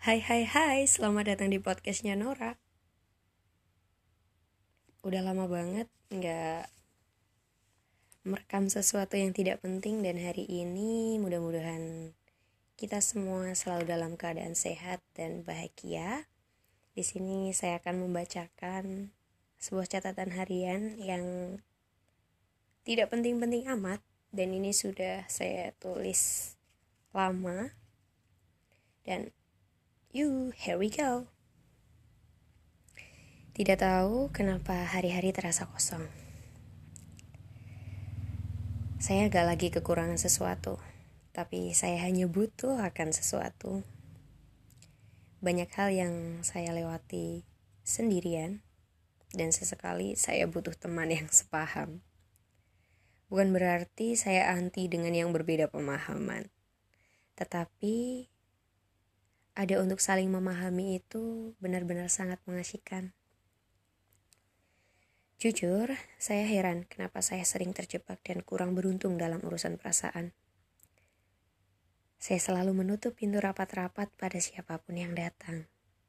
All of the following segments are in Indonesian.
Hai, selamat datang di podcastnya Nora. Udah lama banget nggak merekam sesuatu yang tidak penting, dan hari ini mudah-mudahan kita semua selalu dalam keadaan sehat dan bahagia. Di sini saya akan membacakan sebuah catatan harian yang tidak penting-penting amat, dan ini sudah saya tulis lama. Dan here we go. Tidak tahu kenapa hari-hari terasa kosong. Saya gak lagi kekurangan sesuatu, tapi saya hanya butuh akan sesuatu. Banyak hal yang saya lewati sendirian, dan sesekali saya butuh teman yang sepaham. Bukan berarti saya anti dengan yang berbeda pemahaman, tetapi ada untuk saling memahami itu benar-benar sangat mengasyikkan. Jujur, saya heran kenapa saya sering terjebak dan kurang beruntung dalam urusan perasaan. Saya selalu menutup pintu rapat-rapat pada siapapun yang datang.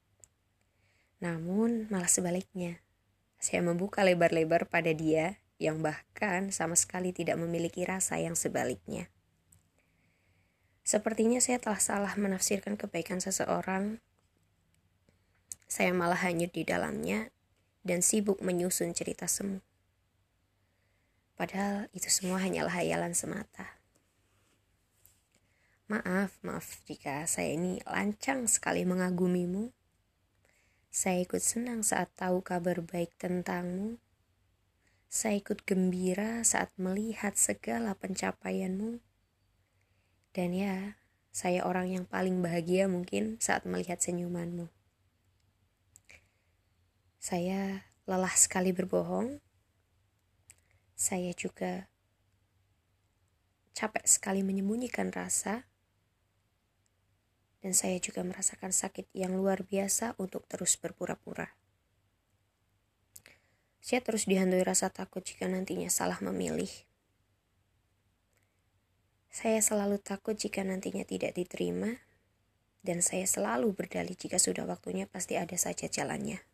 Namun, malah sebaliknya. Saya membuka lebar-lebar pada dia yang bahkan sama sekali tidak memiliki rasa yang sebaliknya. Sepertinya saya telah salah menafsirkan kebaikan seseorang. Saya malah hanyut di dalamnya dan sibuk menyusun cerita semu. Padahal itu semua hanyalah hayalan semata. Maaf jika saya ini lancang sekali mengagumimu. Saya ikut senang saat tahu kabar baik tentangmu. Saya ikut gembira saat melihat segala pencapaianmu. Dan ya, saya orang yang paling bahagia mungkin saat melihat senyumanmu. Saya lelah sekali berbohong. Saya juga capek sekali menyembunyikan rasa. Dan saya juga merasakan sakit yang luar biasa untuk terus berpura-pura. Saya terus dihantui rasa takut jika nantinya salah memilih. Saya selalu takut jika nantinya tidak diterima. Dan saya selalu berdalih jika sudah waktunya pasti ada saja jalannya.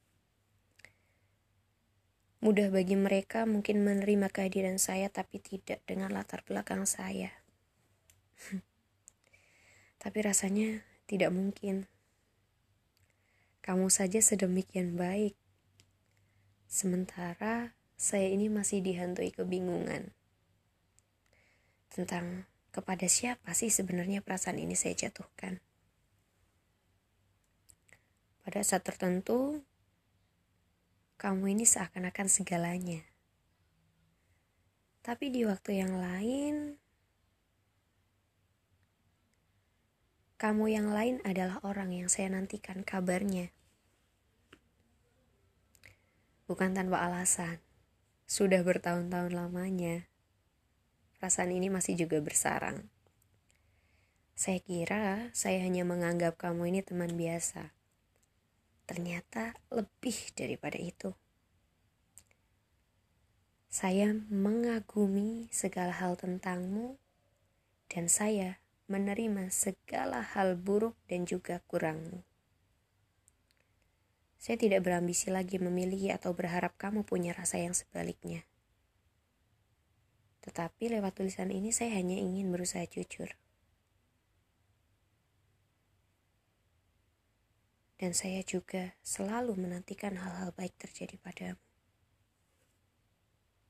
Mudah bagi mereka mungkin menerima kehadiran saya, tapi tidak dengan latar belakang saya. Tapi rasanya tidak mungkin. Kamu saja sedemikian baik. Sementara saya ini masih dihantui kebingungan. Tentang kepada siapa sih sebenarnya perasaan ini saya jatuhkan. Pada saat tertentu, kamu ini seakan-akan segalanya. Tapi di waktu yang lain, kamu yang lain adalah orang yang saya nantikan kabarnya. Bukan tanpa alasan. Sudah bertahun-tahun lamanya, perasaan ini masih juga bersarang. Saya kira saya hanya menganggap kamu ini teman biasa. Ternyata lebih daripada itu. Saya mengagumi segala hal tentangmu, dan saya menerima segala hal buruk dan juga kurangmu. Saya tidak berambisi lagi memiliki atau berharap kamu punya rasa yang sebaliknya. Tetapi lewat tulisan ini saya hanya ingin berusaha jujur. Dan saya juga selalu menantikan hal-hal baik terjadi padamu.